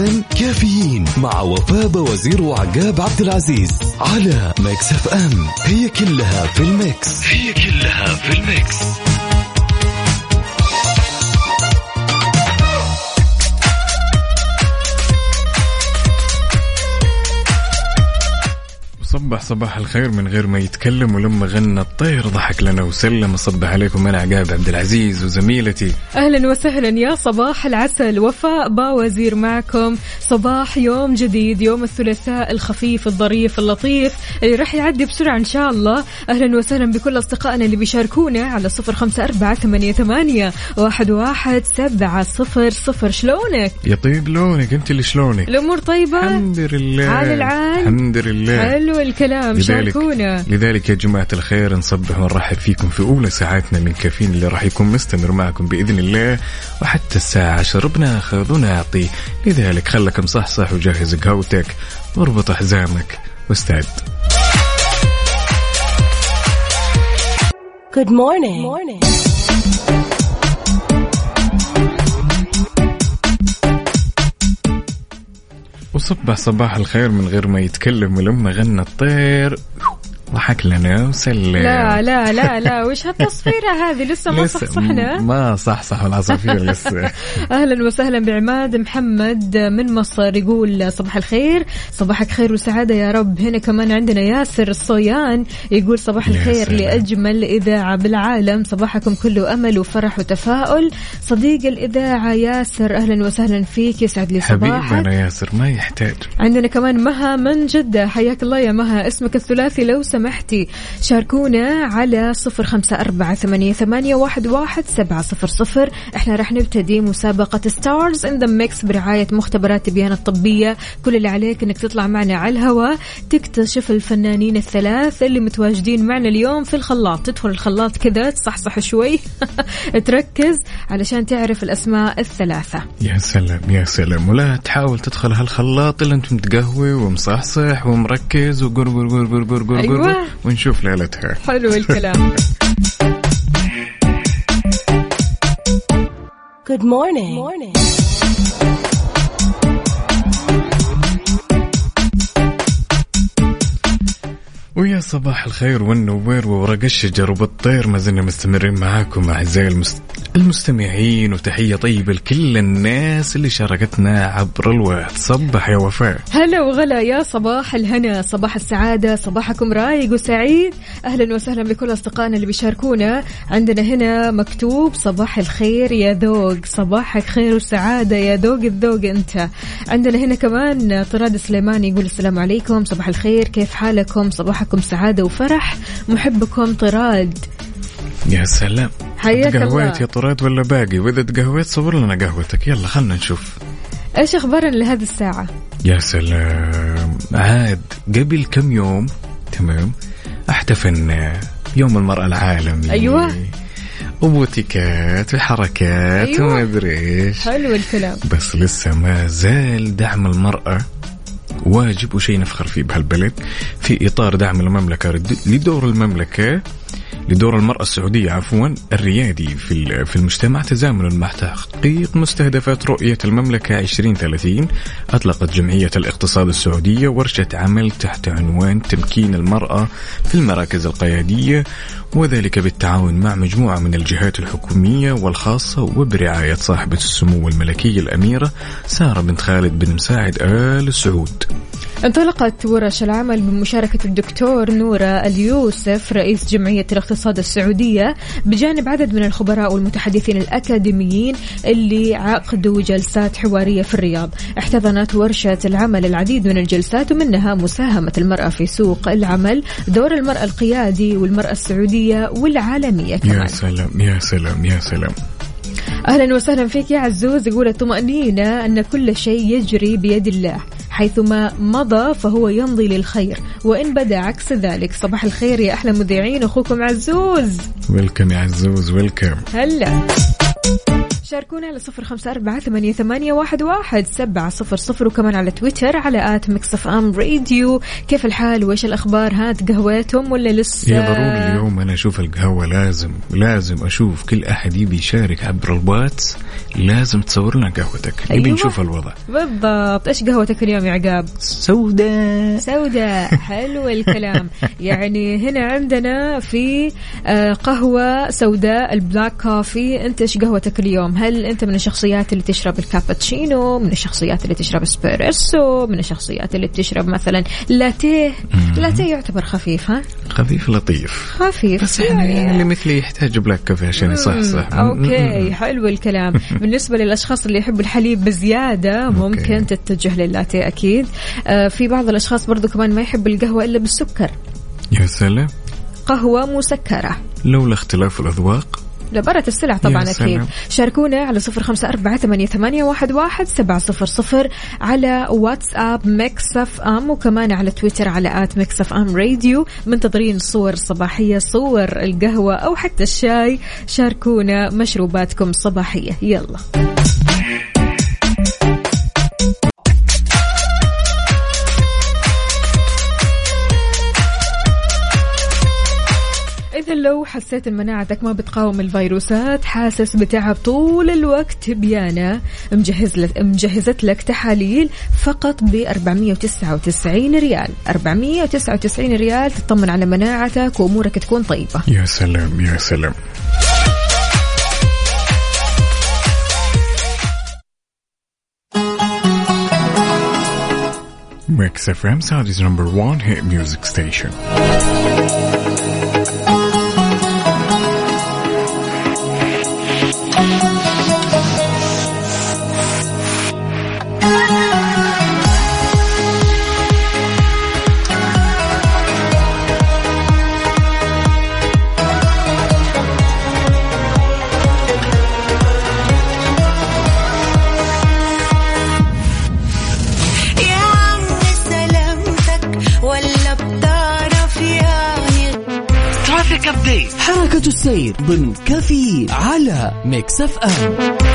الآن كافيين مع وفاء بوزير وعقاب عبد العزيز على ميكس اف ام. هي كلها في الميكس. صباح الخير من غير ما يتكلم، ولما غنى الطير ضحك لنا وسلم. صبح عليكم أنا عقاب عبد العزيز وزميلتي. أهلا وسهلا، يا صباح العسل. وفاء باوزير معكم. صباح يوم جديد، يوم الثلاثاء الخفيف الظريف اللطيف اللي راح يعدي بسرعة إن شاء الله. أهلا وسهلا بكل أصدقائنا اللي بيشاركونا على 0548811700. شلونك؟ يطيب لونك، أنت اللي شلونك؟ الأمور طيبة الحمد لله. على العال الحمد لله. حلو الكلام. شاركونا. لذلك يا جماعة الخير نصبح ونرحب فيكم في أولى ساعاتنا من كافيين اللي راح يكون مستمر معكم بإذن الله وحتى الساعة 10. بناخذ ونعطي، لذلك خلك مصحصح وجهز قهوتك واربط حزامك واستعد. Good morning. صباح الخير من غير ما يتكلم، ولما غنى الطير ضحك لنا وسلم. لا وش هالتصفيرة هذه؟ لسه ما صحصحنا. ما صحصح العصافير لسه. أهلا وسهلا بعماد محمد من مصر، يقول صباح الخير، صباحك خير وسعادة يا رب. هنا كمان عندنا ياسر الصويان يقول صباح الخير لأجمل إذاعة بالعالم، صباحكم كله أمل وفرح وتفاؤل. صديق الإذاعة ياسر أهلا وسهلا فيك، يسعد لي صباحك. حبيبنا ياسر ما يحتاج. عندنا كمان مها من جدة، حياك الله يا مها، اسمك الثلاثي لو سمحتي شاركونا على 0548811700. احنا راح نبتدي مسابقة ستارز ان ذا ميكس برعاية مختبرات تبيان الطبية. كل اللي عليك انك تطلع معنا على الهواء، تكتشف الفنانين الثلاث اللي متواجدين معنا اليوم في الخلاط. تدخل الخلاط كذا تصحصح شوي تركز علشان تعرف الاسماء الثلاثة. يا سلام ولا تحاول تدخل هالخلاط الا انت متقهوي ومصحصح ومركز وقر. أيوة. ونشوف ليلتها. حلو الكلام. Good morning. ويا صباح الخير والنوير وورق الشجر وبالطير. ما زلنا مستمرين معاكم أعزائي المستمعين، وتحية طيبة لكل الناس اللي شاركتنا عبر الوقت. صبح يا وفاء. هلا وغلا، يا صباح الهنا، صباح السعادة، صباحكم رايق وسعيد. أهلا وسهلا بكل أصدقائنا اللي بيشاركونا. عندنا هنا مكتوب صباح الخير يا ذوق، صباحك خير وسعادة يا ذوق الذوق أنت. عندنا هنا كمان طراد سليمان يقول السلام عليكم، صباح الخير، كيف حالكم؟ صباحكم سعادة وفرح، محبكم طراد. يا سلام، حياك الله. قهويت يا طراد ولا باقي؟ وإذا تقهويت صور لنا قهوتك. يلا خلنا نشوف ايش اخبارنا لهذه الساعة. يا سلام، عاد قبل كم يوم تمام احتفلنا يوم المرأة العالمي. ايوه، وبوتيكات وحركات. أيوة. وما ادري ايش. حلو الكلام. بس لسه ما زال دعم المرأة واجب وشيء نفخر فيه بهالبلد، في إطار دعم المملكة لدور المرأة السعودية الريادي في المجتمع تزامنا مع تحقيق مستهدفات رؤية المملكة 2030. أطلقت جمعية الاقتصاد السعودية ورشة عمل تحت عنوان تمكين المرأة في المراكز القيادية، وذلك بالتعاون مع مجموعة من الجهات الحكومية والخاصة وبرعاية صاحبة السمو الملكية الأميرة سارة بنت خالد بن مساعد آل سعود. انطلقت ورش العمل بمشاركة الدكتور نورة اليوسف رئيس جمعية الاقتصاد السعودية بجانب عدد من الخبراء والمتحدثين الأكاديميين اللي عقدوا جلسات حوارية في الرياض. احتضنت ورشة العمل العديد من الجلسات، ومنها مساهمة المرأة في سوق العمل، دور المرأة القيادي والمرأة السعودية والعالمية كمان. يا سلام. أهلا وسهلا فيك يا عزوز. يقول الطمأنينة أن كل شيء يجري بيد الله، حيثما مضى فهو يمضي للخير، وإن بدا عكس ذلك. صباح الخير يا أحلى مذيعين، أخوكم عزوز. ويلكم يا عزوز، ويلكم. هلا شاركونا على 0548811700 وكمان على تويتر على @mixfmradio. كيف الحال وإيش الأخبار؟ هات قهوتهم ولا لسه؟ يا ضروري اليوم أنا أشوف القهوة، لازم أشوف كل أحد يبي يشارك عبر الواتس، لازم تصور لنا قهوتك. أيوة. نبي نشوف الوضع بالضبط. إيش قهوتك اليوم يا عقاب؟ سوداء. حلو الكلام. يعني هنا عندنا في قهوة سوداء البلاك كوفي. أنت إيش قهوتك اليوم؟ هل أنت من الشخصيات اللي تشرب الكابتشينو، من الشخصيات اللي تشرب اسبريسو، من الشخصيات اللي بتشرب مثلا لاتيه؟ لاتيه يعتبر خفيف، ها؟ خفيف لطيف، خفيف بس يعني اللي مثلي يحتاج بلاك كافي عشان يصحصح. اوكي حلو الكلام. بالنسبة للأشخاص اللي يحبوا الحليب بزيادة ممكن تتجه لللاتيه أكيد. في بعض الأشخاص برضو كمان ما يحب القهوة إلا بالسكر. يا سلام، قهوة مسكرة. لولا اختلاف الأذواق لبرة السلع طبعا أكيد. شاركونا على 0548811700 على واتساب ميكس اف ام وكمان على تويتر على @mixfmradio. منتظرين صور صباحية، صور القهوة أو حتى الشاي. شاركونا مشروباتكم الصباحية. يلا إذا لو حسيت إن مناعتك ما بتقاوم الفيروسات، حاسس بتعب طول الوقت، بيانا مجهزت لك تحاليل فقط ب499 ريال. 499 ريال تطمن على مناعتك وأمورك تكون طيبة. يا سلام يا سلام. Mix FM, Saudi's #1 hit music station. حركة السير ضمن كفي على ميكس اف ام.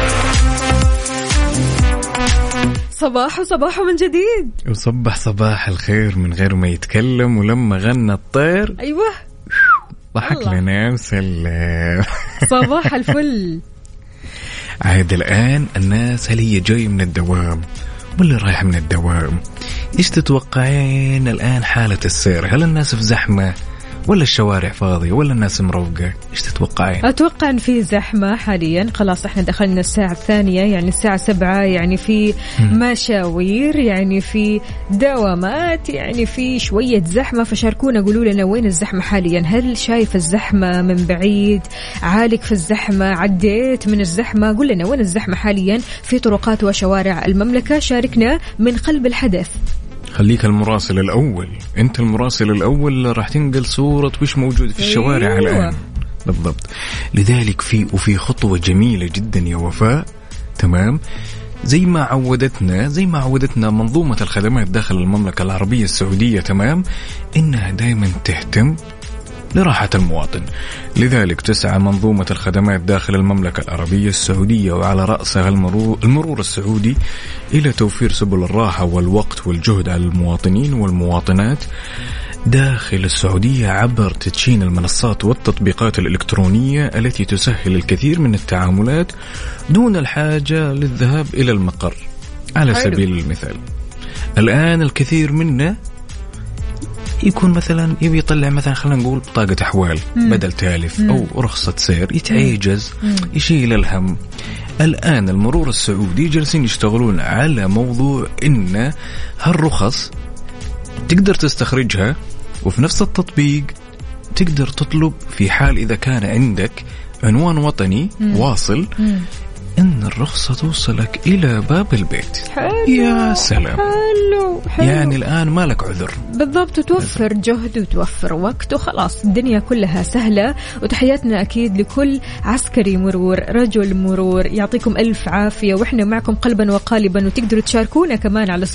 صباح من جديد، وصبح صباح الخير من غير ما يتكلم، ولما غنى الطير أيوة ضحك لنا وسلم. صباح الفل. عاد الآن الناس، هل هي جاي من الدوام ولا رايح من الدوام؟ إيش تتوقعين الآن حالة السير؟ هل الناس في زحمة ولا الشوارع فاضية ولا الناس مروقة؟ إيش تتوقعين؟ أتوقع أن في زحمة حاليا. خلاص إحنا دخلنا الساعة الثانية، يعني الساعة 7، يعني في مشاوير، يعني في دوامات، يعني في شوية زحمة. فشاركونا قولوا لنا وين الزحمة حاليا. هل شايف الزحمة من بعيد؟ عالق في الزحمة؟ عديت من الزحمة؟ قول لنا وين الزحمة حاليا في طرقات وشوارع المملكة. شاركنا من قلب الحدث. خليك المراسل الأول، أنت المراسل الأول راح تنقل صورة وش موجود في الشوارع. أيوة. الآن بالضبط. لذلك في خطوة جميلة جدا يا وفاء، تمام، زي ما عودتنا منظومة الخدمات داخل المملكة العربية السعودية، تمام، إنها دائما تهتم لراحة المواطن. لذلك تسعى منظومة الخدمات داخل المملكة العربية السعودية وعلى رأسها المرور السعودي إلى توفير سبل الراحة والوقت والجهد على المواطنين والمواطنات داخل السعودية عبر تدشين المنصات والتطبيقات الإلكترونية التي تسهل الكثير من التعاملات دون الحاجة للذهاب إلى المقر. على سبيل المثال، الآن الكثير منا يكون مثلا يبي يطلع مثلا خلينا نقول بطاقة أحوال بدل تالف أو رخصة سير، يتعجز، يشيل الهم. الآن المرور السعودي جالسين يشتغلون على موضوع إن هالرخص تقدر تستخرجها، وفي نفس التطبيق تقدر تطلب في حال إذا كان عندك عنوان وطني واصل إن الرخصة توصلك إلى باب البيت. حلو. يا سلام. حلو. يعني الآن ما لك عذر. بالضبط، توفر جهد وتوفر وقت وخلاص الدنيا كلها سهلة. وتحياتنا أكيد لكل عسكري مرور، رجل مرور، يعطيكم ألف عافية، وإحنا معكم قلبا وقالبا. وتقدروا تشاركونا كمان على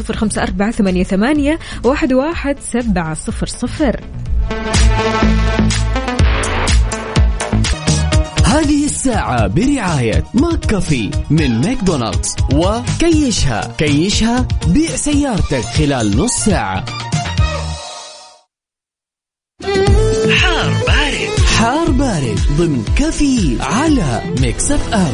0548811700. هذه الساعة برعاية ماك كافي من ماكدونالدز وكيشها. كيشها بيع سيارتك خلال نص ساعة. حار بارد، حار بارد ضمن كافي على ميكس اف ام.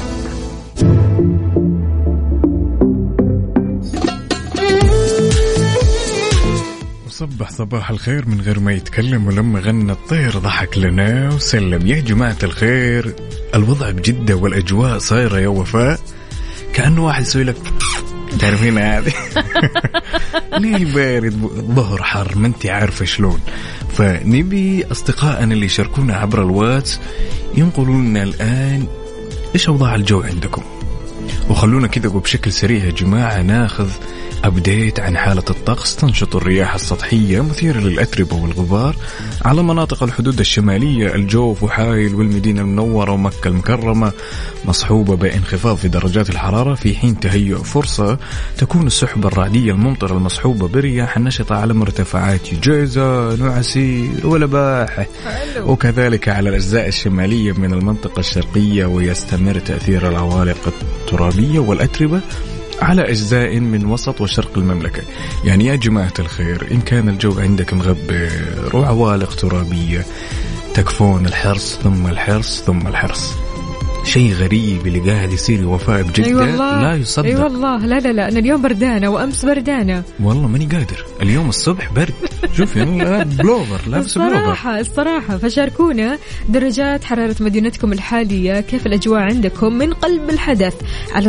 صبح صباح الخير من غير ما يتكلم، ولما غنى الطير ضحك لنا وسلم. يا جماعة الخير، الوضع بجدة والأجواء صايرة يا وفاء كأنه واحد يسوي لك، تعرفين هذه ليه بارد ظهر حر ما انت عارفة شلون. فنبي أصدقائنا اللي يشاركونا عبر الواتس ينقلوا لنا الآن إيش أوضاع الجو عندكم، وخلونا كذا بشكل سريع يا جماعة ناخذ أبديت عن حالة الطقس. تنشط الرياح السطحية مثيرة للأتربة والغبار على مناطق الحدود الشمالية، الجوف وحائل والمدينة المنورة ومكة المكرمة مصحوبة بانخفاض في درجات الحرارة، في حين تهيئ فرصة تكون السحب الرعدية الممطرة المصحوبة برياح النشطة على مرتفعات جيزان وعسير ولباحة، وكذلك على الأجزاء الشمالية من المنطقة الشرقية. ويستمر تأثير العوالق الترابية والأتربة على أجزاء من وسط وشرق المملكة. يعني يا جماعة الخير، إن كان الجو عندك مغبر وعوالق ترابية تكفون الحرص ثم الحرص ثم الحرص. شيء غريب اللي قاعد يصير وفاء بجدة. لا يصدق. أي والله. لا أنا اليوم بردانة وأمس بردانة والله ماني قادر. اليوم الصبح برد. شوف يعني بلوفر لابس بلوفر الصراحة. فشاركونا درجات حرارة مدينتكم الحالية، كيف الأجواء عندكم من قلب الحدث على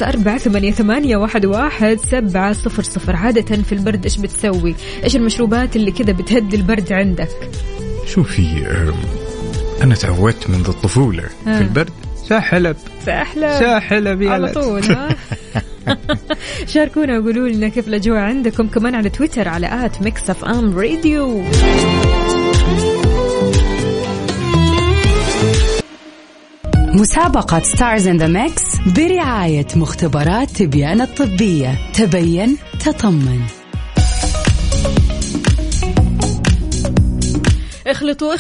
0548811700. عادة في البرد إيش بتسوي؟ إيش المشروبات اللي كذا بتهدي البرد عندك؟ شوفي أنا تعودت منذ الطفولة في البرد ساحلب على طول. شاركونا وقولوا لنا كيف الأجواء عندكم كمان على تويتر على @mixfmradio. مسابقة ستارز إن ذا ميكس برعاية مختبرات تبيان الطبية. تبين تطمن. اخلطوا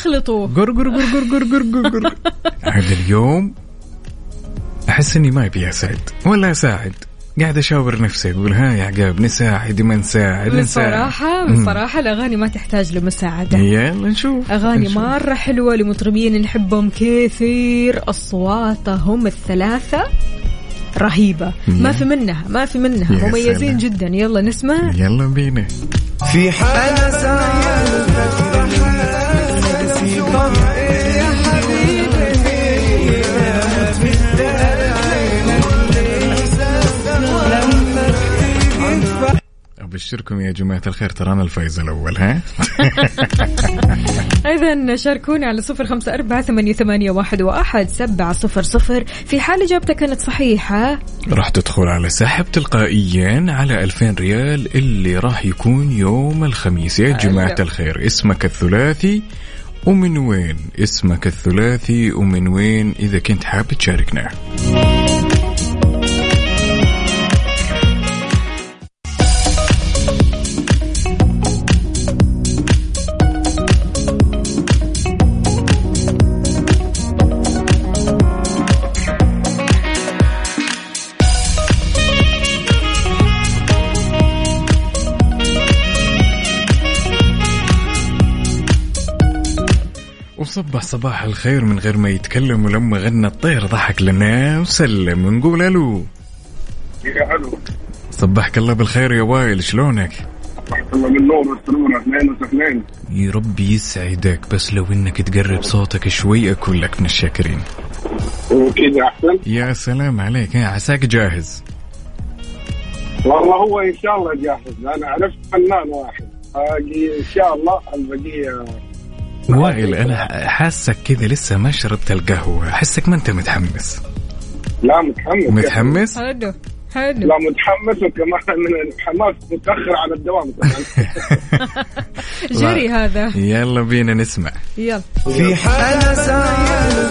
قر. هذا اليوم أحس إني ما أبي أساعد ولا أساعد، قاعد أشاور نفسي أقول ها يا عقاب نساعد ما نساعد. بصراحة الأغاني ما تحتاج لمساعدة. يلا نشوف أغاني مرة حلوة لمطربين نحبهم كثير، أصواتهم الثلاثة رهيبة. ما في منها مميزين جدا. يلا نسمع. يلا بينا. في حالة أبشركم يا جماعة الخير، ترانا الفايز الأول. ها إذن شاركونا على 0548811700. في حال إجابتك كانت صحيحة راح تدخل على سحب تلقائيا على 2000 ريال اللي راح يكون يوم الخميس. يا جماعة الخير، اسمك الثلاثي ومن وين؟ اسمك الثلاثي ومن وين إذا كنت حابب تشاركنا. وصبح صباح الخير من غير ما يتكلم، ولما غنى الطير ضحك لنا وسلم ونقول ألو. يا ألو. صبحك الله بالخير يا وائل، شلونك؟ صبحك الله بالنور والسرور. أهلين وسهلين. يا ربي يسعدك، بس لو إنك تقرب صوتك شوي أكون لك من الشاكرين. وكذا أحسن. يا سلام عليك. عساك جاهز؟ والله هو إن شاء الله جاهز. أنا عرفت فنان واحد إن شاء الله البقية. وائل أنا حاسك كذا لسه ما شربت القهوة، حسك ما أنت متحمس. لا متحمس. حلو. لا متحمس، وكمان من الحماس متأخر على الدوام كمان. جري هذا. يلا بينا نسمع. يلا. في حالة سعيدة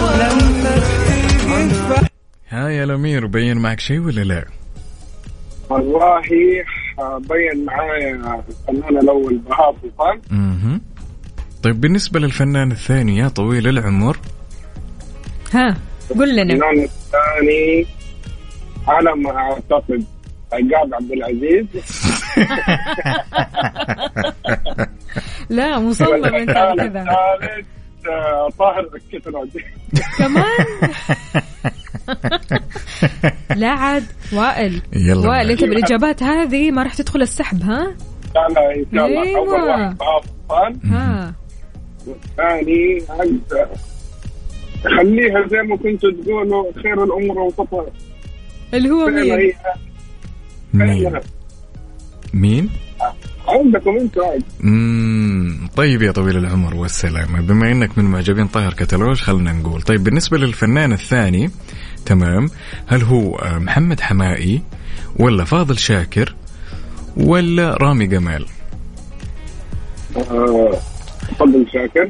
ها يا الأمير، بين معك شيء ولا لا؟ والله بين معايا الفنان الأول بهاء سلطان. طيب بالنسبة للفنان الثاني يا طويل العمر، ها قل لنا. الفنان الثاني على ما أعتقد عقاب عبد العزيز. لا مصمم انت كذا. الثالث طاهر الكتراجي كمان. لا عاد وائل انت بالاجابات هذه ما راح تدخل السحب. ها لا ان شاء الله. اول واحد ها والثاني خليها زي ما كنتوا تقولوا خير الامور وسطها، اللي هو مين عندكم انتوا. طيب يا طويل العمر والسلامة، بما انك من معجبين طاهر كتلوج خلنا نقول. طيب بالنسبة للفنان الثاني تمام، هل هو محمد حمائي ولا فاضل شاكر ولا رامي جمال؟ فاضل شاكر.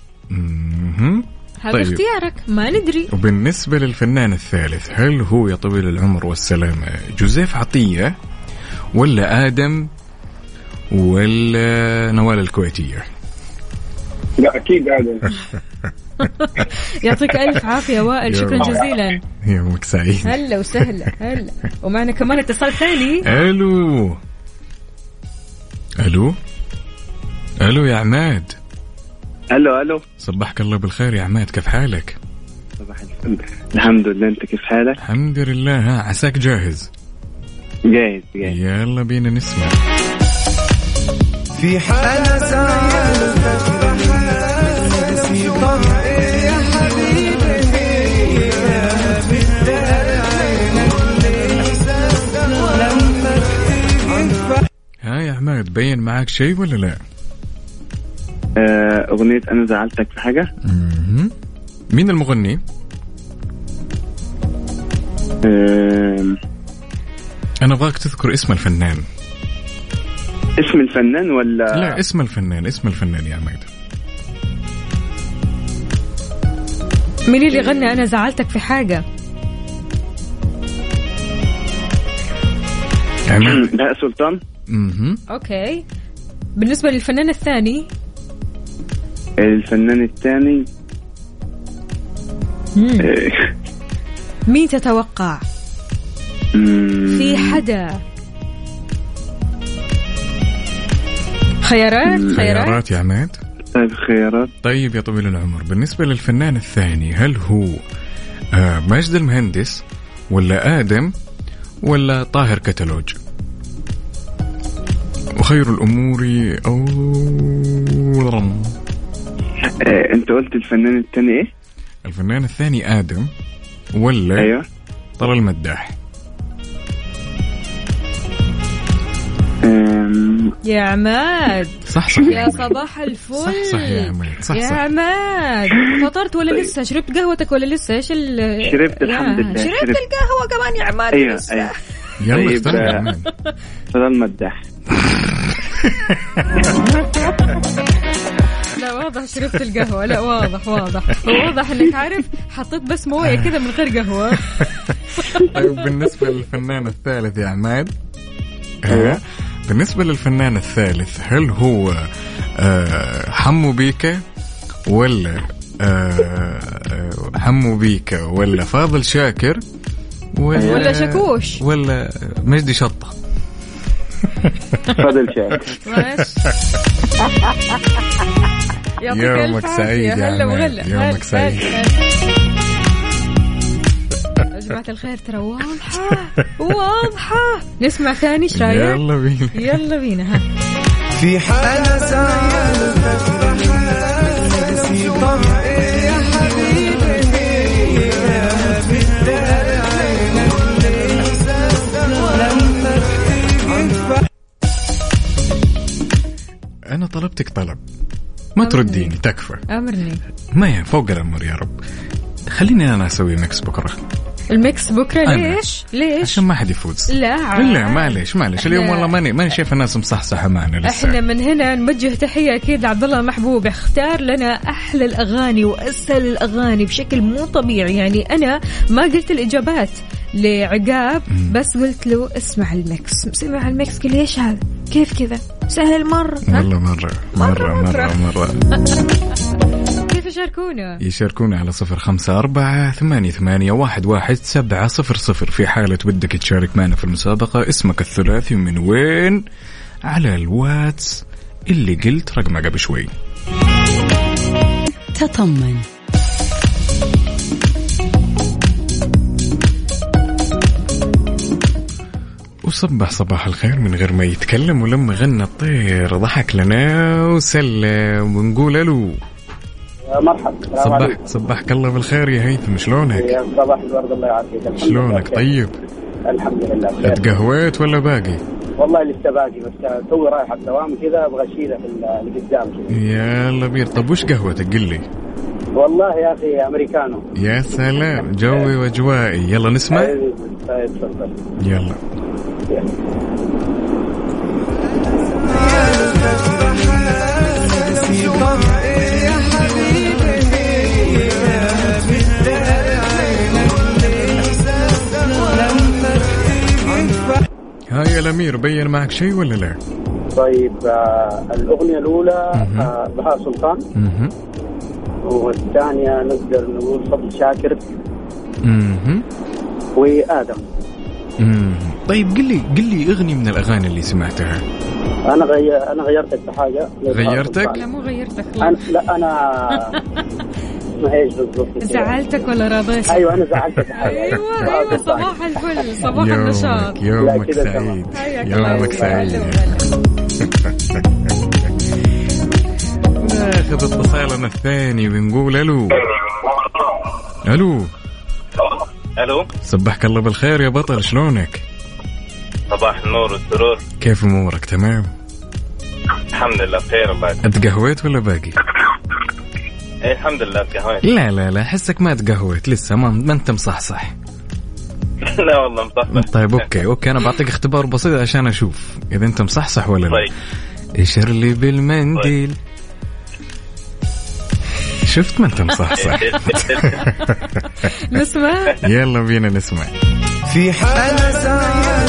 هذا طيب. اختيارك ما ندري. وبالنسبة للفنان الثالث، هل هو يا طويل العمر والسلامة جوزيف عطية ولا آدم ولا نوال الكويتية؟ لا أكيد آدم. يعطيك ألف عافية وائل، شكرا جزيلا. يومك سعيد. هلا وسهلا. هلا ومعنا كمان اتصال ثاني. ألو يا عماد. ألو صبحك الله بالخير يا عماد، كيف حالك؟ صباح الحمد لله، أنت كيف حالك؟ الحمد لله. ها عساك جاهز؟ جاهز. يلا بينا نسمع. في حالة سعيدة ها يا عماد بين معاك شيء ولا لا؟ أغنية أنا زعلتك في حاجة. مين المغني؟ أنا أبغاك تذكر اسم الفنان. اسم الفنان ولا؟ لا اسم الفنان يا عماد. مين اللي غنى أنا زعلتك في حاجة؟ بهاء سلطان. أوكي. بالنسبة للفنان الثاني، مين تتوقع؟ في حدا؟ خيارات يا عماد. طيب خيارات. طيب يا طويل العمر، بالنسبة للفنان الثاني، هل هو ماجد المهندس ولا آدم ولا طاهر كتلوج؟ وخير الأمور أنت قلت الفنان الثاني إيه؟ الفنان الثاني آدم ولا أيوة طلال المداح؟ يا عماد صح يا صباح الفل. صح يا عماد. صح يا عماد فطرت ولا لسه؟ شربت قهوتك ولا لسه؟ ايش شربت الحمد لله. شربت القهوة كمان يا عماد. أيوة. يلا اختار يا عماد. طلال المداح. لا واضح شربت القهوة. لا واضح انك عارف حطيت بس موية كذا من غير قهوة. طيب بالنسبة للفنان الثالث يا عماد، بالنسبة للفنان الثالث، هل هو حمو بيكا ولا ولا فاضل شاكر ولا شكوش ولا مجدي شطة؟ فاضل شاكر. يومك سعيد يا عماد. يومك سعيد يا جماعة الخير. ترى واضحة. نسمع ثاني ايش رايك؟ يلا بينا. ها في حالة سعيدة أنا طلبتك طلب ما ترديني، تكفى. أمرني. ما فوق الأمر يا رب. خليني أنا أسوي ميكس بكرة. الميكس بكرة ليش؟ عشان ما حد يفوز. لا معليش اليوم والله ماني شايف الناس مصحصحة معنا لسه. احنا من هنا نوجه تحية أكيد لعبد الله محبوب، اختار لنا أحلى الأغاني وأسهل الأغاني بشكل مو طبيعي. يعني أنا ما قلت الإجابات، لعقاب بس قلت له اسمع الميكس، سمع الميكس قال لي ايش هذا كيف كذا سهل المرة. والله مرة كيف يشاركونا على 0548811700 في حالة بدك تشارك معنا في المسابقة. اسمك الثلاثي من وين على الواتس اللي قلت رقمه قبل شوي. تطمن وصبح صباح الخير من غير ما يتكلم، ولما غنى الطير ضحك لنا وسلم ونقول الو. مرحبا. صبحك الله بالخير يا هيثم، شلونك؟ يا صباح الورد، الله يعافيك. شلونك؟ طيب الحمد لله. اتقهويت ولا باقي؟ والله لسه باقي، بس توي رايح الدوام كذا ابغى اشيله في اللي قدام كذا. يلا بير. طب وش قهوتك؟ قل لي. والله يا اخي امريكانو. يا سلام، جوي واجوائي. يلا نسمع. طيب تفضل. يلا. هاي يا الأمير، بين معك شيء ولا لا؟ طيب الأغنية الأولى بهاء سلطان، والثانية نقدر نقول صبري شاكر وآدم. طيب قل لي اغني من الأغاني اللي سمعتها. أنا غيرتك بحاجة. غيرتك؟ لا مو غيرتك. أنا ما ايش بالضبط. زعلتك ولا راضيتك؟ ايوه انا زعلتك بحاجة. ايوه صباح الفل، صباح النشاط. يومك سعيد. يومك سعيد. ناخذ اتصالنا الثاني ونقول الو. صبحك الله بالخير يا بطل، شلونك؟ صباح النور والسرور. كيف امورك؟ تمام الحمد لله بخير. الله اتقهويت ولا باقي؟ ايه الحمد لله تقهويت. لا حسك ما تقهويت لسه، ما انت مصحصح. لا والله مصحصح. طيب اوكي انا بعطيك اختبار بسيط عشان اشوف اذا انت مصحصح ولا لا. طيب اشر لي بالمنديل. طيب. شفت ما انت مصحصح. نسمع. يلا بينا نسمع. في حالة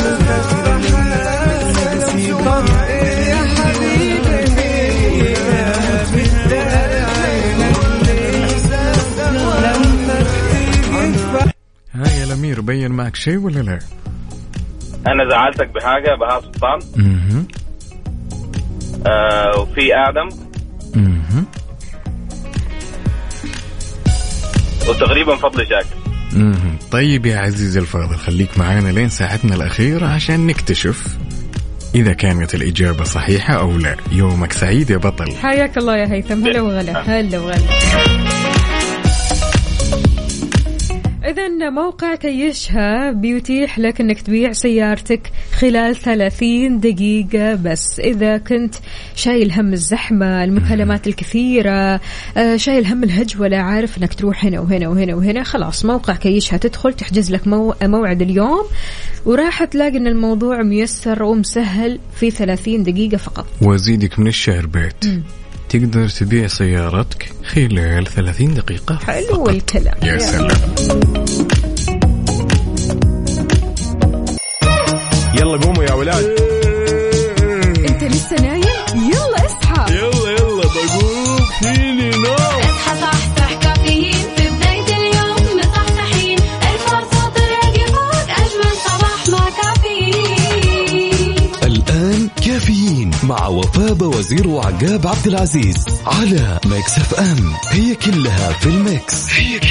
هاي يا الأمير، بين معك شيء ولا لا؟ أنا زعلتك بحاجة بهاء سلطان. وفي آدم. وتقريبا فضل شاكر. طيب يا عزيزي الفاضل، خليك معانا لين ساعتنا الأخيرة عشان نكتشف إذا كانت الإجابة صحيحة أو لا. يومك سعيد يا بطل. حياك الله يا هيثم. هلا وغلا. إذن موقع كيشها بيتيح لك أنك تبيع سيارتك خلال 30 دقيقة بس. إذا كنت شايل هم الزحمة، المكالمات الكثيرة، شايل هم الهجوة، عارف أنك تروح هنا وهنا وهنا وهنا، خلاص موقع كيشها تدخل تحجز لك موعد اليوم، وراح تلاقي أن الموضوع ميسر ومسهل في 30 دقيقة فقط. وزيدك من الشهر بيت. تقدر تبيع سيارتك خلال 30 دقيقة. حلو الكلام. يا سلام. يلا قوموا يا ولاد. انت لسه نايم؟ يلا اصحى. يلا بقوم فيني نوم. اصحى صحصح كافيين في بداية اليوم مصحصحين. الفرصة تراقي فوق أجمل صباح مع كافيين. الآن كافيين مع وفاء وزير وعقاب عبد العزيز على ميكس اف ام. هي كلها في الميكس.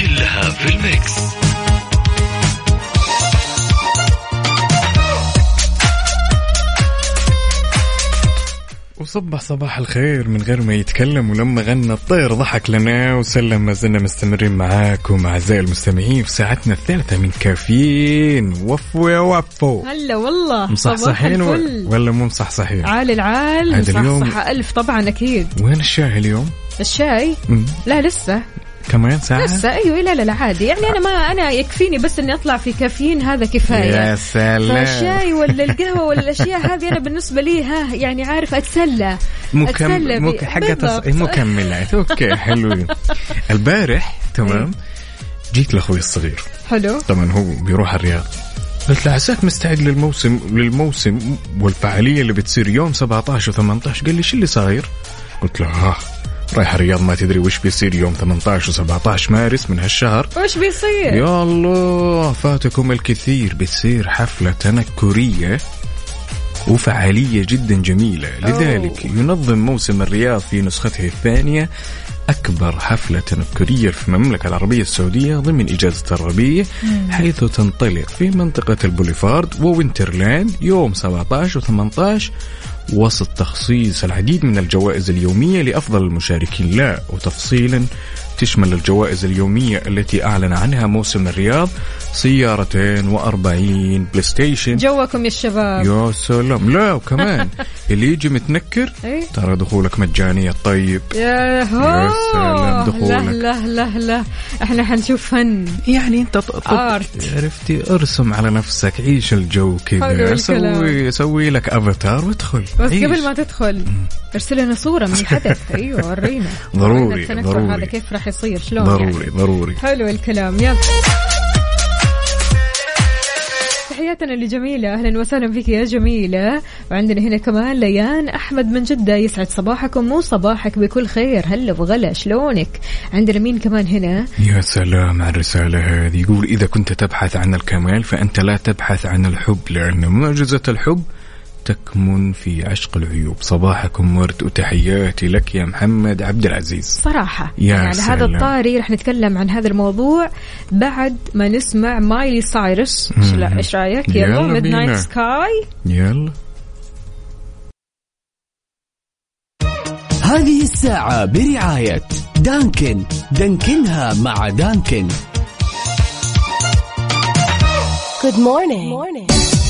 وصبح صباح الخير من غير ما يتكلم، ولما غنى الطير ضحك لنا وسلم. ما زلنا مستمرين معاكم أعزائي المستمعين في ساعتنا الثالثة من كافيين. وفو يا وفو. هلا والله. مصحصحين ولا مو مصحصحين؟ عال العال مصحصحة ألف طبعا أكيد. وين الشاي اليوم؟ الشاي؟ لا لسه كمان ساعة؟ لسه. أيوة. لا عادي يعني. أنا يكفيني بس إني أطلع في كافيين، هذا كفاية. يا سلام. الشاي ولا القهوة ولا الأشياء هذه أنا بالنسبة لي يعني عارف أتسلى. مكملات. أوكي حلوين. البارح تمام جيت لأخوي الصغير. حلو. طبعا هو بيروح الرياض قلت له عساك مستعد للموسم والفعالية اللي بتصير يوم 17 و18. قال لي شو اللي صاير؟ قلت له رايح الرياض، ما تدري وش بيصير يوم 18 و17 مارس من هالشهر. وش بيصير؟ يا الله فاتكم الكثير. بتصير حفلة تنكرية وفعالية جدا جميلة. لذلك ينظم موسم الرياض في نسخته الثانية أكبر حفلة تنكرية في المملكة العربية السعودية ضمن إجازة الربيع، حيث تنطلق في منطقة البوليفارد ووينترلاند يوم 17 و18 وسط تخصيص العديد من الجوائز اليومية لأفضل المشاركين. لا وتفصيلا تشمل الجوائز اليومية التي أعلن عنها موسم الرياض 240 بلاي ستيشن. جوكم يا الشباب. يا سلام. لا وكمان اللي يجي متنكر ترى دخولك مجاني. طيب يا سلام دخولك. لا احنا حنشوف فن يعني. انت عرفتي ارسم على نفسك، عيش الجو كذا، سوي لك افاتار وادخل. بس عيش. قبل ما تدخل ارسل لنا صورة من الحدث. ايوه ورينا ضروري هذا كيف راح يصير، شلون ضروري. حلو الكلام. يلا تحياتنا لجميلة، أهلا وسهلا فيك يا جميلة. وعندنا هنا كمان ليان أحمد من جدة، يسعد صباحكم وصباحك بكل خير. هلا وغلا شلونك؟ عندنا مين كمان هنا؟ يا سلام على الرسالة هذه. يقول إذا كنت تبحث عن الكمال فأنت لا تبحث عن الحب، لأن معجزة الحب تكمن في عشق العيوب. صباحكم ورد وتحياتي لك يا محمد عبد العزيز. صراحة يعني هذا الطاري رح نتكلم عن هذا الموضوع بعد ما نسمع مايلي سايرس. إيش رأيك؟ يلا ميدنايت سكاي. يلا. هذه الساعة برعاية دانكنها مع دانكن. Good morning.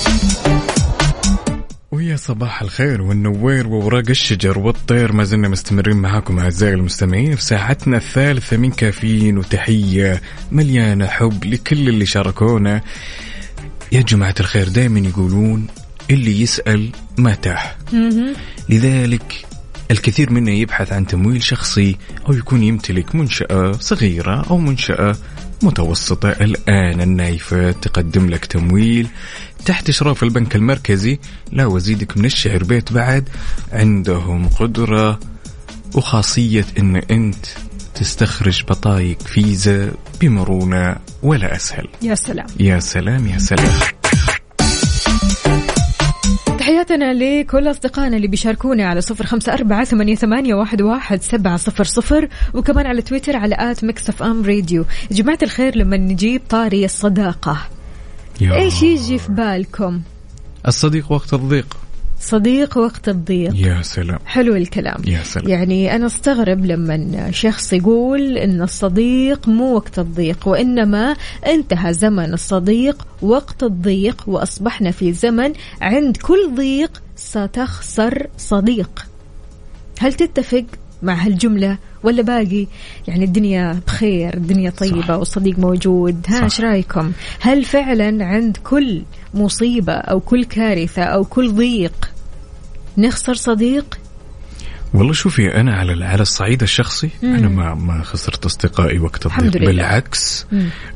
ويا صباح الخير والنوير وورق الشجر والطير. ما زلنا مستمرين معاكم أعزائي المستمعين في ساعتنا الثالثة من كافيين، وتحية مليانة حب لكل اللي شاركونا. يا جماعة الخير دائما يقولون اللي يسأل ما تاح. لذلك الكثير منا يبحث عن تمويل شخصي أو يكون يمتلك منشأة صغيرة أو منشأة متوسطة. الآن النايفات تقدم لك تمويل تحت إشراف البنك المركزي. لا وزيدك من الشعر بيت بعد عندهم قدرة وخاصية إن أنت تستخرج بطايق فيزا بمرونة ولا أسهل. يا سلام يا سلام يا سلام. تحياتنا لكل أصدقائنا اللي بيشاركونا على 0548811700 وكمان على تويتر على @mixfmradio. جماعة الخير لما نجيب طاري الصداقة إيش يجي في بالكم؟ الصديق وقت الضيق. صديق وقت الضيق. يا سلام. حلو الكلام. يا سلام. يعني أنا استغرب لما شخص يقول إن الصديق مو وقت الضيق، وإنما انتهى زمن الصديق وقت الضيق وأصبحنا في زمن عند كل ضيق ستخسر صديق. هل تتفق مع هالجملة ولا باقي يعني الدنيا بخير، الدنيا طيبة صح. والصديق موجود؟ ايش رايكم؟ هل فعلا عند كل مصيبة أو كل كارثة أو كل ضيق نخسر صديق؟ والله شوفي أنا على الصعيد الشخصي أنا ما خسرت أصدقائي وقت الضيق، بالعكس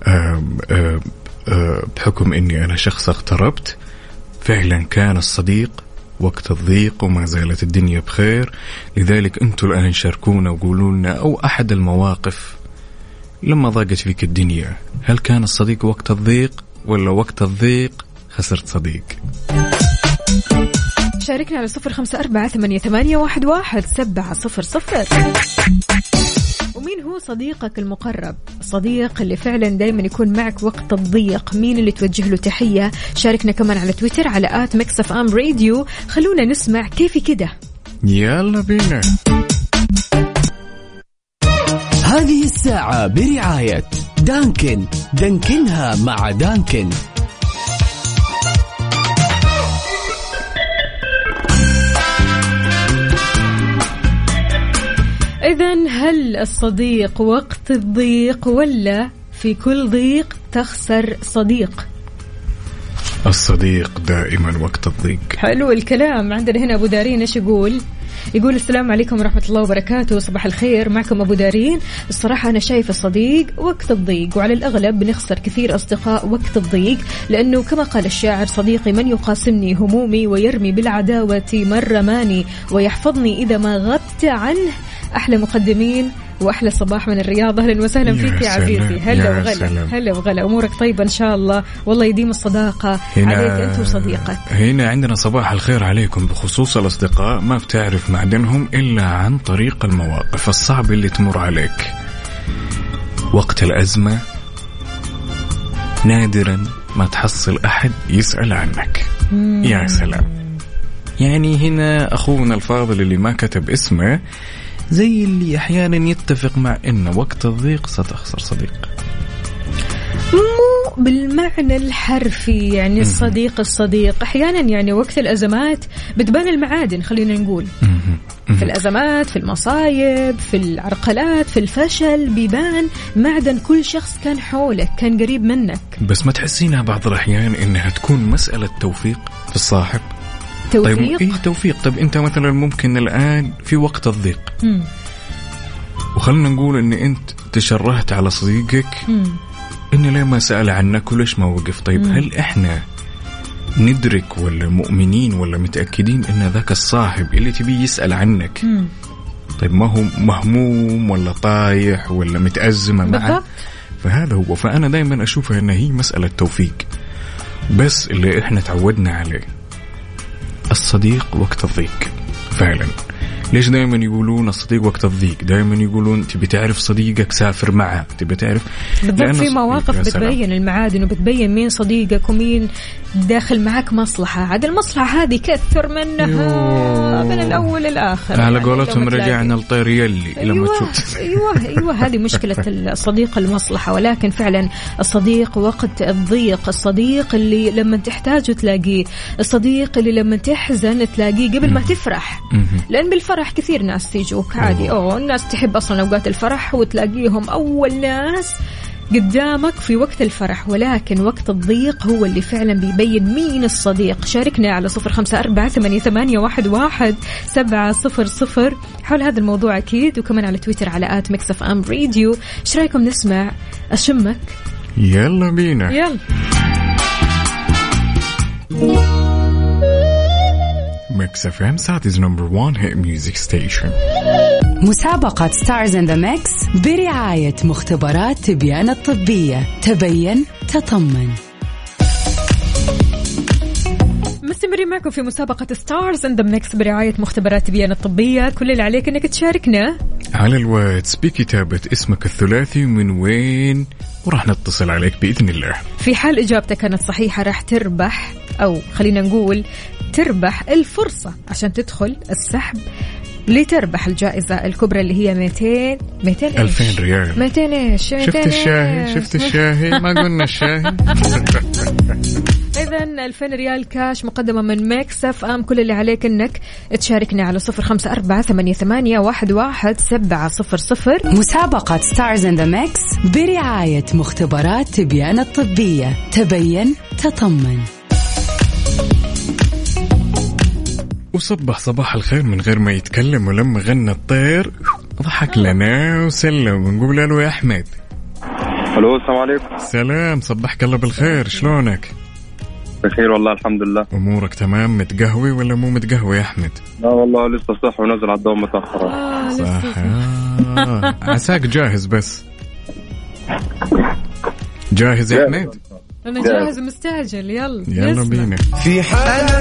بحكم إني أنا شخص اغتربت فعلا كان الصديق وقت الضيق وما زالت الدنيا بخير. لذلك أنتوا الآن شاركونا وقولوا لنا أو أحد المواقف لما ضاقت فيك الدنيا، هل كان الصديق وقت الضيق ولا وقت الضيق خسرت صديق؟ شاركنا على 0548811700. ومين هو صديقك المقرب، الصديق اللي فعلا دايما يكون معك وقت الضيق؟ مين اللي توجه له تحية؟ شاركنا كمان على تويتر على @mixfmradio. خلونا نسمع كيف كده. يلا بينا. هذه الساعة برعاية دانكنها مع دانكن. إذن هل الصديق وقت الضيق ولا في كل ضيق تخسر صديق؟ الصديق دائما وقت الضيق. حلو الكلام. عندنا هنا أبو دارين إيش يقول؟ يقول السلام عليكم ورحمة الله وبركاته، صباح الخير، معكم أبو دارين. الصراحة أنا شايف الصديق وقت الضيق، وعلى الأغلب بنخسر كثير أصدقاء وقت الضيق، لأنه كما قال الشاعر صديقي من يقاسمني همومي ويرمي بالعداوة من رماني ويحفظني إذا ما غبت عنه. أحلى مقدمين وأحلى صباح من الرياض. أهلا وسهلا فيك يا عزيزي. هلا وغلا، هلا وغلا، أمورك طيبة إن شاء الله، والله يديم الصداقة عليك أنت وصديقك. هنا عندنا صباح الخير عليكم. بخصوص الأصدقاء ما بتعرف معدنهم إلا عن طريق المواقف الصعبة اللي تمر عليك. وقت الأزمة نادرا ما تحصل أحد يسأل عنك. يا سلام. يعني هنا أخونا الفاضل اللي ما كتب اسمه زي اللي أحيانا يتفق مع إن وقت الضيق ستخسر صديق. مو بالمعنى الحرفي يعني الصديق أحيانا يعني وقت الأزمات بتبان المعادن، خلينا نقول في الأزمات، في المصايب، في العرقلات، في الفشل، بيبان معدن كل شخص كان حولك، كان قريب منك. بس ما تحسينها بعض الأحيان إنها تكون مسألة توفيق في الصاحب؟ توفيق؟ طيب إيه توفيق؟ طب أنت مثلا ممكن الآن في وقت الضيق وخلنا نقول إن أنت تشرهت على صديقك إنه ليه ما سأل عنك وليش ما وقف. طيب هل إحنا ندرك ولا مؤمنين ولا متأكدين إن ذاك الصاحب اللي تبي يسأل عنك طيب ما هو مهموم ولا طايح ولا متأزمة معه؟ فهذا هو. فأنا دايما أشوفها إن هي مسألة توفيق، بس اللي إحنا تعودنا عليه الصديق وقت الضيق فعلا. ليش دائما يقولون الصديق وقت الضيق؟ دائما يقولون تبي تعرف صديقك سافر معه، تبي تعرف بالضبط. في مواقف بتبين المعادن وبتبين مين صديقك ومين داخل معك مصلحة. عاد المصلحة هذه كثر منها من الأول للآخر. على قولتهم رجعنا لطير يلي لما تشوف. أيوة هذه مشكلة الصديق المصلحة. ولكن فعلا الصديق وقت الضيق، الصديق اللي لما تحتاجه تلاقيه، الصديق اللي لما تحزن تلاقيه قبل ما تفرح. لأن بالفرح كثير ناس تيجوك عادي، الناس تحب أصلا أوقات الفرح وتلاقيهم أول ناس قدامك في وقت الفرح، ولكن وقت الضيق هو اللي فعلا بيبين مين الصديق. شاركنا على 0548811700 حول هذا الموضوع أكيد، وكمان على تويتر على @mixfmradio. إيش رأيكم نسمع أشمك؟ يلا بينا. يلا. Mix FM Saudi's #1 hit music station. مسابقة Stars in the Mix برعاية مختبرات تبيان الطبية. تبين تطمن. مستمرين معكم في مسابقة Stars in the Mix برعاية مختبرات تبيان الطبية. كل اللي عليك انك تشاركنا على الواتس بكتابة اسمك الثلاثي من وين، وراح نتصل عليك بإذن الله. في حال إجابتك كانت صحيحة راح تربح، أو خلينا نقول تربح الفرصة عشان تدخل السحب لتربح الجائزة الكبرى اللي هي 200 2000 ريال. 200 ايش؟ شفت الشاهي ما قلنا الشاهي. إذن 2000 ريال كاش مقدمة من ميكس اف ام. كل اللي عليك انك تشاركنا على 0548811700. مسابقة Stars in the Mix برعاية مختبرات تبيان الطبية. تبين تطمن. وصبح صباح الخير من غير ما يتكلم، ولما غنى الطير ضحك لنا وسلم ونقول له يا أحمد. الو السلام عليكم. سلام، صبحك الله بالخير، شلونك؟ بخير والله الحمد لله. أمورك تمام؟ متقهوي ولا مو متقهوي يا أحمد؟ لا والله لسه صح ونزل على الدوام متأخر. صح. عساك جاهز؟ بس جاهز يا أحمد؟ أنا جاهز مستعجل. يلا بينا. في حالة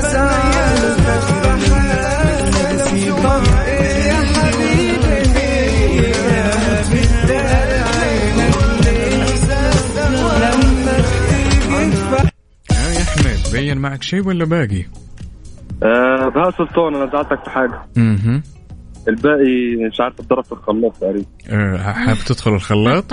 يا أحمد بين معك شيء ولا باقي؟ بها سلطان أنا زعلتك في حاجة. الباقي مش عارف الضرب في الخلاط تقريبا. حاب تدخل الخلاط؟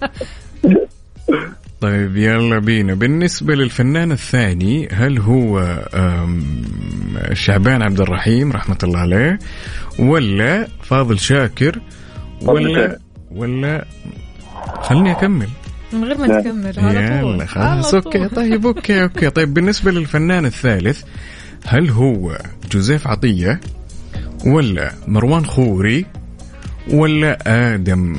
طيب يلا بينا. بالنسبة للفنان الثاني، هل هو شعبان عبد الرحيم رحمة الله عليه، ولا فاضل شاكر، ولا خلني أكمل من غير ما تكمل على طول؟ يلا خلاص أوكي. طيب أوكي. طيب بالنسبة للفنان الثالث، هل هو جوزيف عطية، ولا مروان خوري ولا آدم؟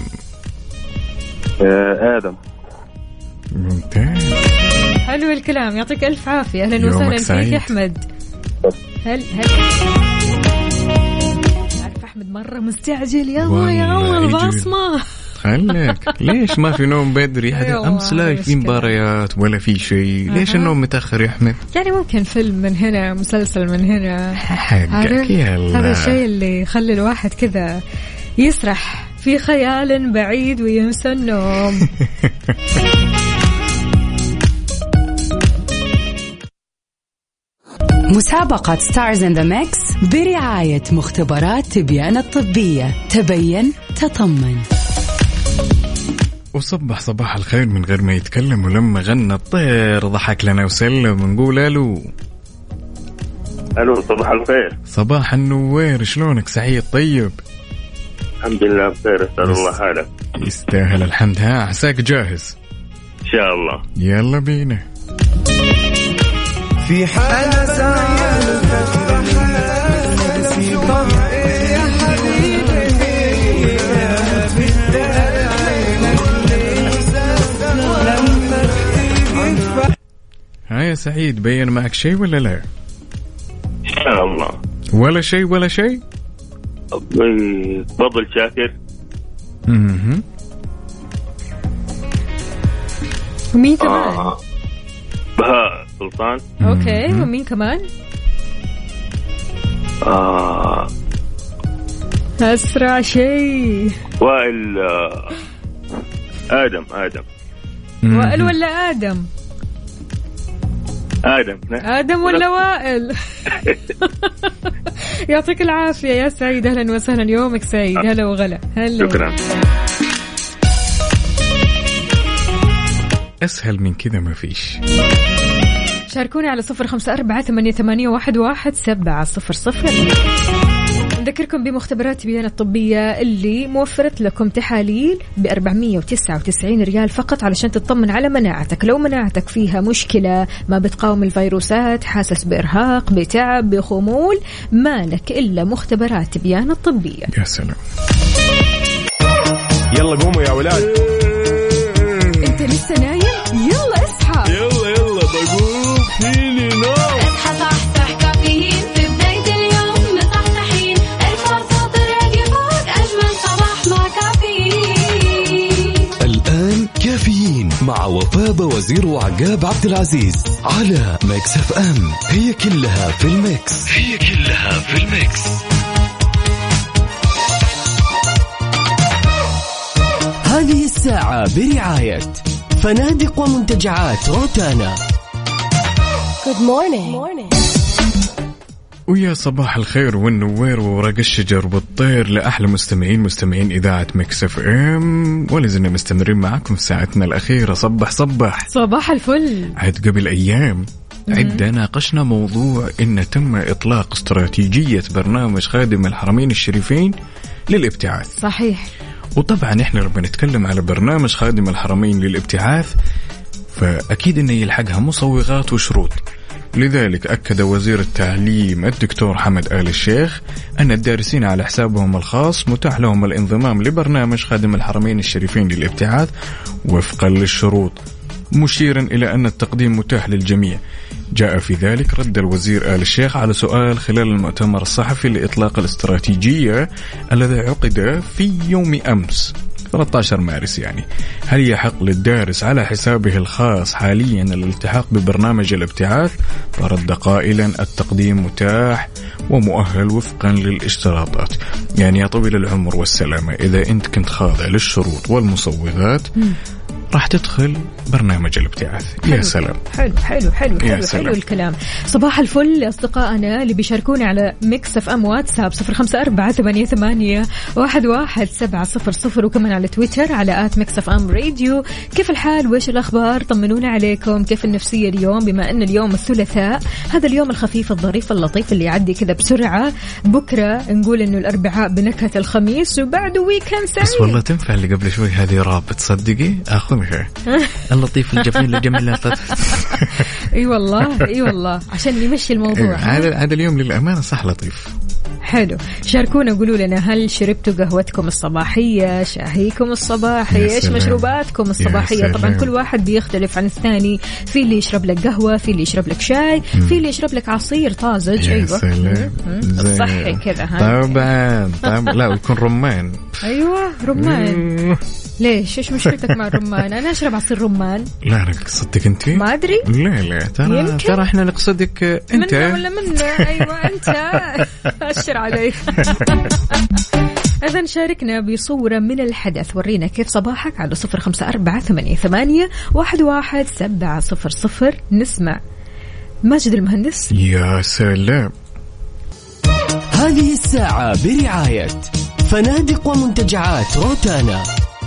آدم. ممتاز، حلو الكلام، يعطيك ألف عافية. أهلا وسهلا فيك يا أحمد. هل عارف أحمد مرة مستعجل، يلا يا عمر البصمة. خليك ليش ما في نوم بدري؟ أمس لا في مباريات ولا في شيء، ليش النوم متأخر يا أحمد؟ يعني ممكن فيلم من هنا، مسلسل من هنا، حقك يلا. هذا الشيء اللي يخلي الواحد كذا يسرح في خيال بعيد وينسى النوم. مسابقة ستارز إن ذا ميكس برعاية مختبرات تبيان الطبية. تبين تطمن. وصبح صباح الخير من غير ما يتكلم، ولما غنى الطير ضحك لنا وسلم. نقول ألو. ألو، صباح الخير. صباح النوير، شلونك؟ سعيد؟ طيب الحمد لله بخير، أسأل الله حالك. يستاهل الحمد. ها عساك جاهز؟ إن شاء الله. يلا بينا. في حالة ها يا سعيد، بين معك شيء ولا لا؟ إن شاء الله. ولا شيء ولا شيء. فضل شاكر. ومين كمان؟ بهاء سلطان. اوكي، ومين كمان؟ أسرع شيء. وائل. آدم. وائل ولا آدم؟ آدم ولا وائل؟ يعطيك العافية يا سعيد. أهلا وسهلا، يومك سعيد. هلا وغلا. هلا. شكرا. أسهل من كذا ما فيش. شاركوني على 0548811700. نذكركم بمختبرات تبيان الطبية اللي موفرت لكم تحاليل ب499 ريال فقط علشان تطمن على مناعتك. لو مناعتك فيها مشكلة، ما بتقاوم الفيروسات، حاسس بإرهاق، بتعب، بخمول، مالك إلا مختبرات تبيان الطبية. يا سلام. يلا قوموا يا ولاد. انت لسه نايم؟ يلا اصحى. يلا بقوم فيني نوم. اصحى صحصح، كافيين في بداية اليوم، مصحصحين، الفرصة تراقي فوق أجمل صباح مع كافيين. الآن كافيين مع وفاء بوزير وعقاب عبد العزيز على ميكس اف ام. هي كلها في الميكس. هذه الساعة برعاية فنادق ومنتجعات روتانا. Good morning. ويا صباح الخير والنوير وورق الشجر والطير لأحلى مستمعين إذاعة ميكس اف ام، ولازلنا مستمرين معكم في ساعتنا الأخيرة. صباح الفل. عاد قبل أيام عدة ناقشنا موضوع إن تم إطلاق استراتيجية برنامج خادم الحرمين الشريفين للابتعاث. صحيح. وطبعا إحنا لما نتكلم على برنامج خادم الحرمين للابتعاث فأكيد إنه يلحقها مصوغات وشروط. لذلك أكد وزير التعليم الدكتور حمد آل الشيخ أن الدارسين على حسابهم الخاص متاح لهم الانضمام لبرنامج خادم الحرمين الشريفين للابتعاث وفقا للشروط، مشيرا إلى أن التقديم متاح للجميع. جاء في ذلك رد الوزير آل الشيخ على سؤال خلال المؤتمر الصحفي لإطلاق الاستراتيجية الذي عقد في يوم أمس 13 مارس. يعني هل يحق للدارس على حسابه الخاص حاليا الالتحاق ببرنامج الابتعاث؟ فرد قائلا التقديم متاح ومؤهل وفقا للاشتراطات. يعني يا طويل العمر والسلامة، إذا أنت كنت خاضع للشروط والمصوغات راح تدخل برنامج الابتعاث. يا سلام. حلو الكلام. صباح الفل لأصدقائنا اللي بيشاركوني على ميكس اف ام واتساب 0548811700 وكمان على تويتر على @ميكس اف ام راديو. كيف الحال وإيش الأخبار؟ طمنونا عليكم. كيف النفسية اليوم بما أن اليوم الثلاثاء، هذا اليوم الخفيف الظريف اللطيف اللي يعدي كذا بسرعة. بكرة نقول إنه الأربعاء بنكهة الخميس وبعده ويكند سعيد. بس والله تنفع اللي قبل شوي هذه رابط، تصدقي أخذها اللطيف الجميل الجميل. اي والله عشان يمشي الموضوع. هذا اليوم للأمانة صح لطيف. حلو. شاركونا قولوا لنا هل شربتوا قهوتكم الصباحية، شاهيكم الصباحي، إيش مشروباتكم الصباحية؟ طبعا كل واحد بيختلف عن الثاني، في اللي يشرب لك قهوة، في اللي يشرب لك شاي، في اللي يشرب لك عصير طازج. أيوة الصحي كذا. طبعا لا ويكون رمان. أيوة رمان. ليش؟ إيش مشكلتك مع الرمان؟ أنا أشرب عصير رمان. لا أنا قصدك أنت؟ ما أدري. لا ترى إحنا نقصدك أنت. منه ولا منه؟ أيوة أنت. أشر عليك. إذن شاركنا بصورة من الحدث، ورينا كيف صباحك على 0548811700. نسمع ماجد المهندس. يا سلام. هذه الساعة برعاية فنادق ومنتجعات روتانا.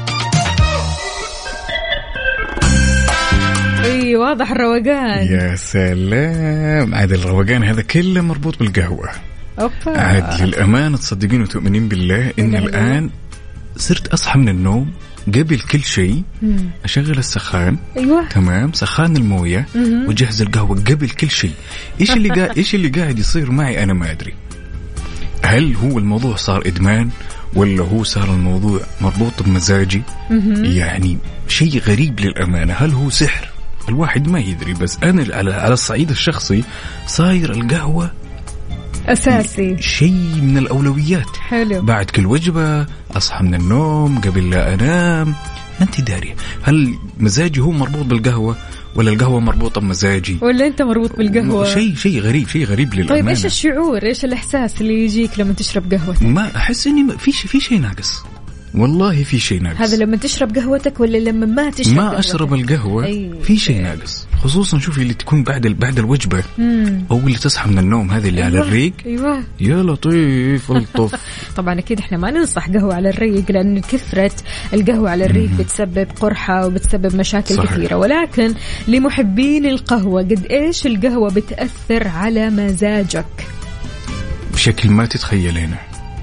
اي واضح الروقان. يا سلام. عاد الروقان هذا كله مربوط بالقهوة. عاد للأمانة تصدقين وتؤمنين بالله إن الآن صرت أصحى من النوم قبل كل شيء أشغل السخان. أيوة. تمام. سخان الموية وجهز القهوة قبل كل شيء. إيش اللي قاعد يصير معي أنا ما أدري. هل هو الموضوع صار إدمان ولا هو صار الموضوع مربوط بمزاجي؟ يعني شيء غريب للأمانة. هل هو سحر؟ الواحد ما يدري. بس أنا على الصعيد الشخصي صاير القهوة أساسي، شيء من الأولويات. حلو. بعد كل وجبة أصحى من النوم قبل لا أنام. أنت داري هل مزاجي هو مربوط بالقهوة ولا القهوة مربوطة بمزاجي ولا أنت مربوط بالقهوة؟ شيء غريب للأمانة. طيب إيش الشعور، إيش الإحساس اللي يجيك لما تشرب قهوتك؟ ما أحس إني في شيء ناقص. والله في شيء ناقص. هذا لما تشرب قهوتك ولا لما ما تشرب ما قهوتك؟ أشرب القهوة. أيوة. في شيء ناقص، خصوصا شوفي اللي تكون بعد الوجبة أو اللي تصحى من النوم، هذه اللي على الريق. أيوة. يا لطيف الطف. طبعا أكيد إحنا ما ننصح قهوة على الريق، لأن كثرة القهوة على الريق بتسبب قرحة وبتسبب مشاكل صحيح. كثيرة. ولكن لمحبين القهوة قد إيش القهوة بتأثر على مزاجك بشكل ما تتخيلينه.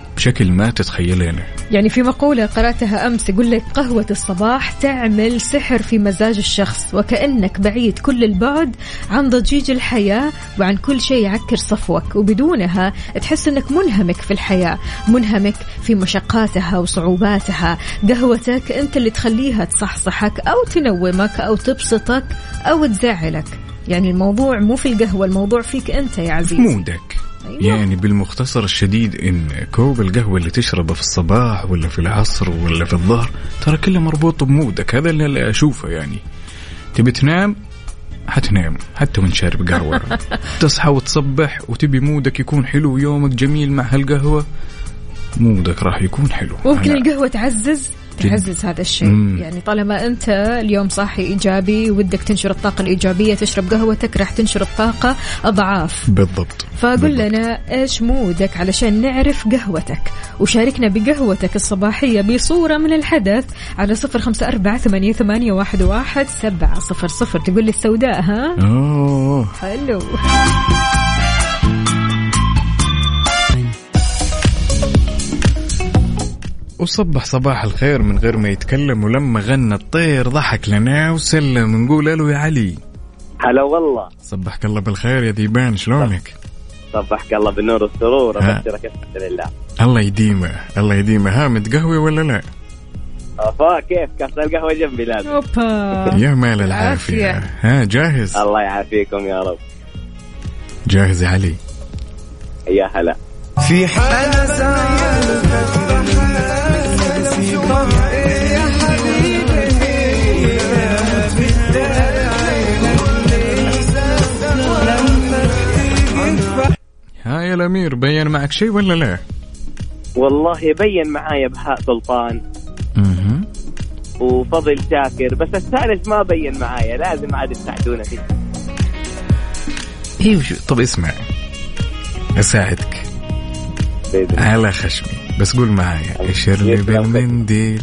يعني في مقولة قرأتها أمس يقول لك قهوة الصباح تعمل سحر في مزاج الشخص، وكأنك بعيد كل البعد عن ضجيج الحياة وعن كل شيء يعكر صفوك، وبدونها تحس أنك منهمك في الحياة، منهمك في مشقاتها وصعوباتها. قهوتك أنت اللي تخليها تصحصحك أو تنومك أو تبسطك أو تزعلك. يعني الموضوع مو في القهوة، الموضوع فيك أنت يا عزيزي، مودك. أيوة. يعني بالمختصر الشديد إن كوب القهوة اللي تشربه في الصباح ولا في العصر ولا في الظهر ترى كله مربوط بمودك. هذا اللي أشوفه. يعني تبي تنام حتنام حتى من شارب قهوة. تصحى وتصبح وتبي مودك يكون حلو ويومك جميل مع هالقهوة، مودك راح يكون حلو. ممكن القهوة تعزز هذا الشيء. يعني طالما أنت اليوم صاحي إيجابي ودك تنشر الطاقة الإيجابية، تشرب قهوتك راح تنشر الطاقة أضعاف. بالضبط. فقل لنا إيش مودك علشان نعرف قهوتك، وشاركنا بقهوتك الصباحية بصورة من الحدث على 0548811700. تقول لي السوداء ها؟ حلو. وصبح صباح الخير من غير ما يتكلم، ولما غنى الطير ضحك لنا وسلم. نقول له يا علي هلا والله. صبحك الله بالخير يا ذيبان، شلونك؟ صبحك الله بالنور والسرور. أبشرك الحمد لله. الله يديمه. ها متقهوي ولا لا؟ كيف كاس القهوة جنبي لازم. يا مال العافية. ها جاهز؟ الله يعافيكم يا رب. جاهز يا علي؟ يا هلا. في حالة ها يا الأمير، بين معك شيء ولا لا؟ والله يبين معايا بهاء سلطان وفضل شاكر، بس الثالث ما بين معايا، لازم عاد تساعدونا فيه. طب اسمع أساعدك على خشمي، بس قول معايا اشر لي بالمنديل.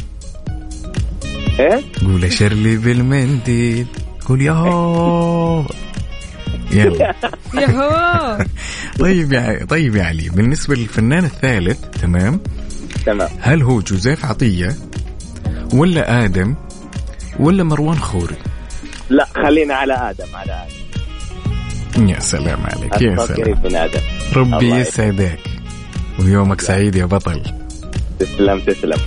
قول اشر لي بالمنديل. قول ياهو. يلا ياهو. طيب يا علي، بالنسبة للفنان الثالث تمام، هل هو جوزيف عطية ولا آدم ولا مروان خوري؟ لا خلينا على آدم. يا سلام عليك، يا سلام. من آدم. ربي يسعدك. ويومك سعيد يا بطل. تسلم.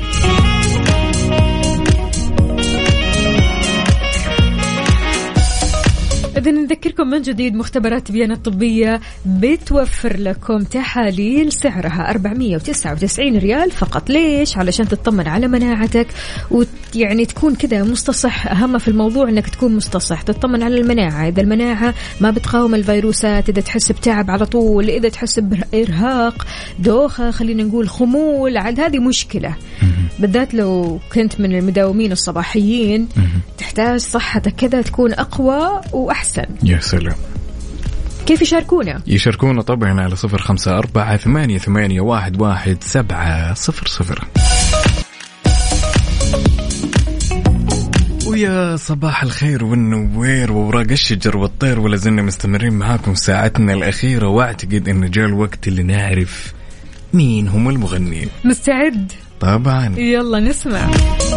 إذا نذكركم من جديد مختبرات تبيان الطبية بتوفر لكم تحاليل سعرها 499 ريال فقط. ليش؟ علشان تطمن على مناعتك ويعني تكون كذا مستصح. أهم في الموضوع أنك تكون مستصح، تطمن على المناعة. إذا المناعة ما بتقاوم الفيروسات، إذا تحس بتعب على طول، إذا تحس بإرهاق، دوخة، خلينا نقول خمول، عاد هذه مشكلة. بالذات لو كنت من المداومين الصباحيين تحتاج صحتك كذا تكون أقوى وأحسن. يا سلام. كيف يشاركونا؟ يشاركونا طبعا على 0548811700. ويا صباح الخير والنوير ووراق الشجر والطير، ولا زلنا مستمرين معاكم ساعتنا الأخيرة، واعتقد أن جاء الوقت اللي نعرف مين هم المغنيين. مستعد؟ طبعا. يلا نسمع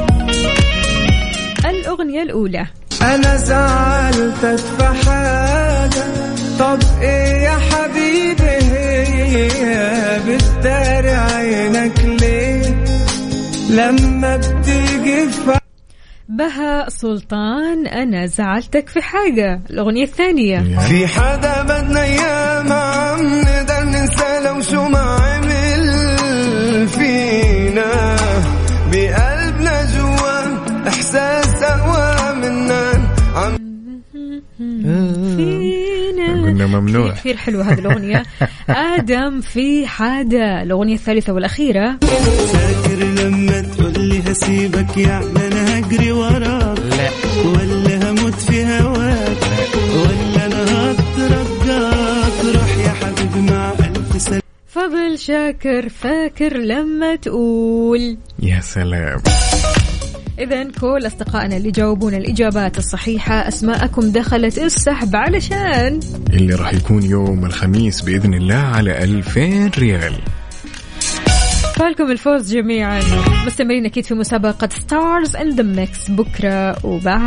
الأغنية الأولى. أنا زعلتك في حاجة، طب إيه يا حبيبي هي بتداري عينك ليه لما بتيجي بهاء سلطان أنا زعلتك في حاجة. الأغنية الثانية. في حدا بدنا إياه ما عم نقدر ننسى لو شو ما عمل فينا، بقلبنا جوا إحساس أقوى منا قلنا ممنوع. كثير حلوة هذه الأغنية. آدم في حدا. الأغنية الثالثة والأخيرة. فاكر لما تقولي هسيبك يعني أنا هجري وراك، لا ولا هموت في هواك، ولا أنا هترجاك، روح يا حبيبي مع ألف سلام. فضل شاكر. فاكر لما تقول. يا سلام. إذن كل أصدقائنا اللي جاوبون الإجابات الصحيحة أسماءكم دخلت السحب علشان اللي راح يكون يوم الخميس بإذن الله على 2000 ريال. فالكم الفوز جميعا. مستمرين أكيد في مسابقة ستارز إن ذا ميكس بكرة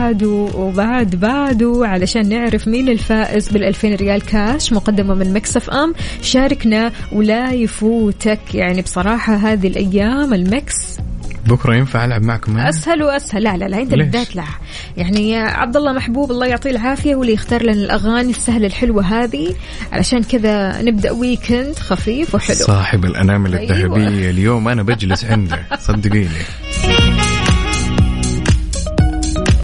وبعده علشان نعرف مين الفائز بال2000 ريال كاش مقدمة من ميكس اف ام. شاركنا ولا يفوتك. يعني بصراحة هذه الأيام الميكس بكرة ينفع ألعب معكم؟ أسهل وأسهل. لا أنت بدأت له. يعني عبد الله محبوب الله يعطيه العافية واللي يختار لنا الأغاني السهلة الحلوة هذه علشان كذا نبدأ ويكند خفيف وحلو. صاحب الأنامل الذهبية. اليوم أنا بجلس عنده صدقيني.